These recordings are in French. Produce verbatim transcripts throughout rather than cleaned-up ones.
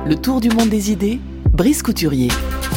Le tour du monde des idées, Brice Couturier.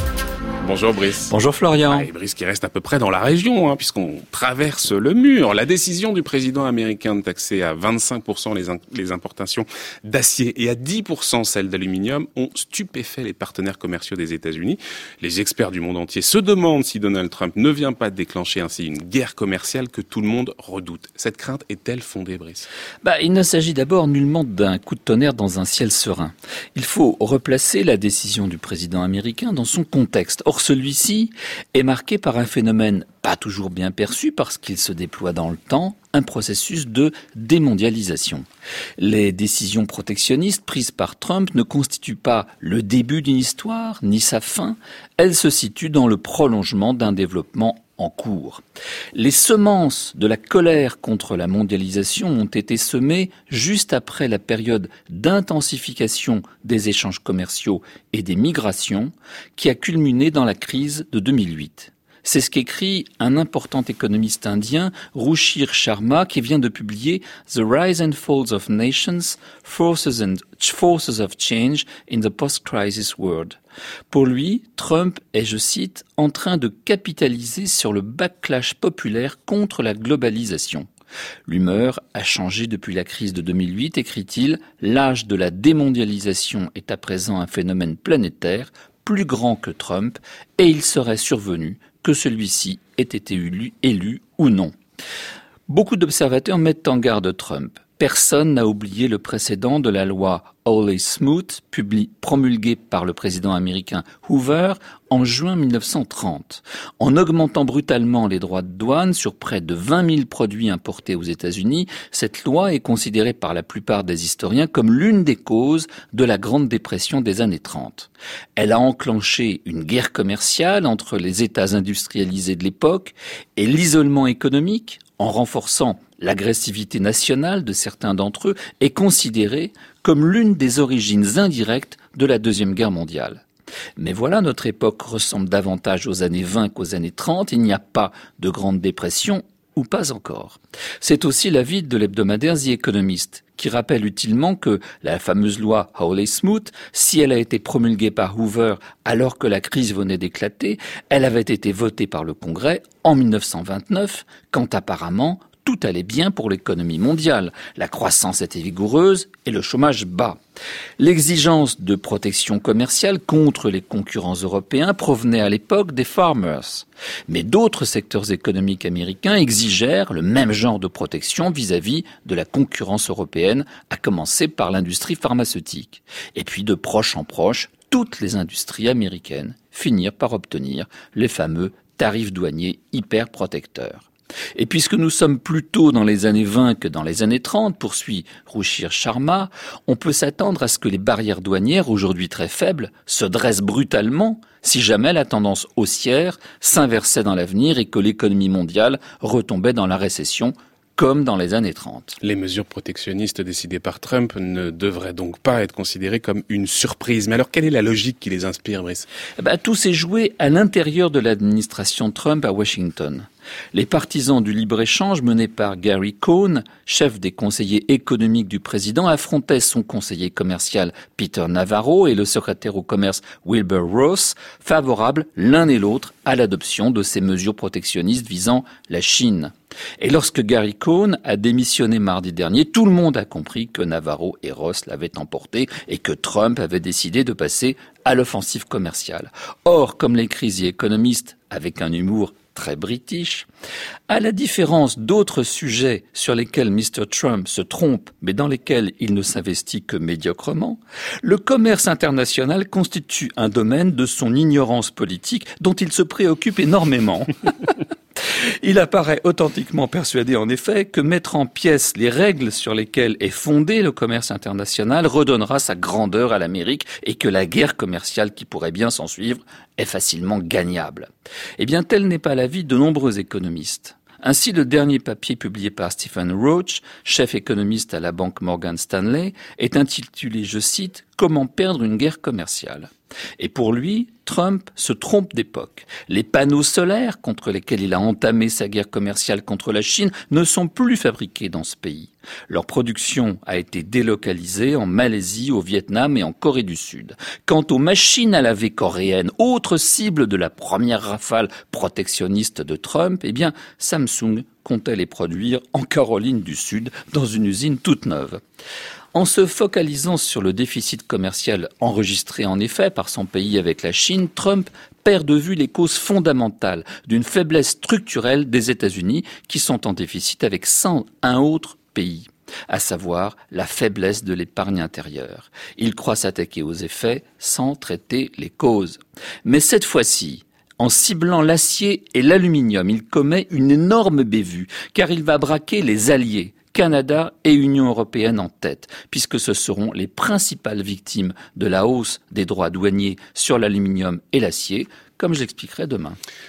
Bonjour Brice. Bonjour Florian. Ah, et Brice qui reste à peu près dans la région, hein, puisqu'on traverse le mur. La décision du président américain de taxer à vingt-cinq pour cent les, in- les importations d'acier et à dix pour cent celles d'aluminium ont stupéfait les partenaires commerciaux des États-Unis. Les experts du monde entier se demandent si Donald Trump ne vient pas déclencher ainsi une guerre commerciale que tout le monde redoute. Cette crainte est-elle fondée, Brice ? Bah, il ne s'agit d'abord nullement d'un coup de tonnerre dans un ciel serein. Il faut replacer la décision du président américain dans son contexte. Or, celui-ci est marqué par un phénomène pas toujours bien perçu parce qu'il se déploie dans le temps, un processus de démondialisation. Les décisions protectionnistes prises par Trump ne constituent pas le début d'une histoire, ni sa fin. Elles se situent dans le prolongement d'un développement en cours. Les semences de la colère contre la mondialisation ont été semées juste après la période d'intensification des échanges commerciaux et des migrations qui a culminé dans la crise de deux mille huit. C'est ce qu'écrit un important économiste indien, Ruchir Sharma, qui vient de publier The Rise and Falls of Nations, Forces and Forces of Change in the Post-Crisis World. Pour lui, Trump est, je cite, en train de capitaliser sur le backlash populaire contre la globalisation. L'humeur a changé depuis la crise de deux mille huit, écrit-il. L'âge de la démondialisation est à présent un phénomène planétaire, plus grand que Trump, et il serait survenu que celui-ci ait été élu, élu ou non. Beaucoup d'observateurs mettent en garde Trump. Personne n'a oublié le précédent de la loi Hawley-Smoot, publi- promulguée par le président américain Hoover en juin mille neuf cent trente. En augmentant brutalement les droits de douane sur près de vingt mille produits importés aux États-Unis, cette loi est considérée par la plupart des historiens comme l'une des causes de la Grande Dépression des années trente. Elle a enclenché une guerre commerciale entre les États industrialisés de l'époque et l'isolement économique, en renforçant l'agressivité nationale de certains d'entre eux, est considérée comme l'une des origines indirectes de la Deuxième Guerre mondiale. Mais voilà, notre époque ressemble davantage aux années vingt qu'aux années trente. Il n'y a pas de Grande Dépression, ou pas encore. C'est aussi l'avis de l'hebdomadaire The Economist, qui rappelle utilement que la fameuse loi Hawley-Smoot, si elle a été promulguée par Hoover alors que la crise venait d'éclater, elle avait été votée par le Congrès en mille neuf cent vingt-neuf, quand apparemment tout allait bien pour l'économie mondiale. La croissance était vigoureuse et le chômage bas. L'exigence de protection commerciale contre les concurrents européens provenait à l'époque des farmers. Mais d'autres secteurs économiques américains exigèrent le même genre de protection vis-à-vis de la concurrence européenne, à commencer par l'industrie pharmaceutique. Et puis de proche en proche, toutes les industries américaines finirent par obtenir les fameux tarifs douaniers hyper protecteurs. Et puisque nous sommes plutôt dans les années vingt que dans les années trente, poursuit Ruchir Sharma, on peut s'attendre à ce que les barrières douanières, aujourd'hui très faibles, se dressent brutalement si jamais la tendance haussière s'inversait dans l'avenir et que l'économie mondiale retombait dans la récession, comme dans les années trente. Les mesures protectionnistes décidées par Trump ne devraient donc pas être considérées comme une surprise. Mais alors, quelle est la logique qui les inspire, Brice ? Eh ben, tout s'est joué à l'intérieur de l'administration Trump à Washington. Les partisans du libre-échange menés par Gary Cohn, chef des conseillers économiques du président, affrontaient son conseiller commercial Peter Navarro et le secrétaire au commerce Wilbur Ross, favorables l'un et l'autre à l'adoption de ces mesures protectionnistes visant la Chine. Et lorsque Gary Cohn a démissionné mardi dernier, tout le monde a compris que Navarro et Ross l'avaient emporté et que Trump avait décidé de passer à l'offensive commerciale. Or, comme l'écrit The Economist avec un humour très british, à la différence d'autres sujets sur lesquels mister Trump se trompe, mais dans lesquels il ne s'investit que médiocrement, le commerce international constitue un domaine de son ignorance politique dont il se préoccupe énormément. Il apparaît authentiquement persuadé, en effet, que mettre en pièces les règles sur lesquelles est fondé le commerce international redonnera sa grandeur à l'Amérique et que la guerre commerciale qui pourrait bien s'en suivre est facilement gagnable. Eh bien, tel n'est pas l'avis de nombreux économistes. Ainsi, le dernier papier publié par Stephen Roach, chef économiste à la banque Morgan Stanley, est intitulé, je cite, « comment perdre une guerre commerciale. Et pour lui, Trump se trompe d'époque. Les panneaux solaires contre lesquels il a entamé sa guerre commerciale contre la Chine ne sont plus fabriqués dans ce pays. Leur production a été délocalisée en Malaisie, au Vietnam et en Corée du Sud. Quant aux machines à laver coréennes, autre cible de la première rafale protectionniste de Trump, eh bien, Samsung comptait les produire en Caroline du Sud, dans une usine toute neuve. En se focalisant sur le déficit commercial enregistré en effet par son pays avec la Chine, Trump perd de vue les causes fondamentales d'une faiblesse structurelle des États-Unis qui sont en déficit avec cent un autres pays, à savoir la faiblesse de l'épargne intérieure. Il croit s'attaquer aux effets sans traiter les causes. Mais cette fois-ci, en ciblant l'acier et l'aluminium, il commet une énorme bévue, car il va braquer les alliés, Canada et Union européenne en tête, puisque ce seront les principales victimes de la hausse des droits douaniers sur l'aluminium et l'acier, comme je l'expliquerai demain.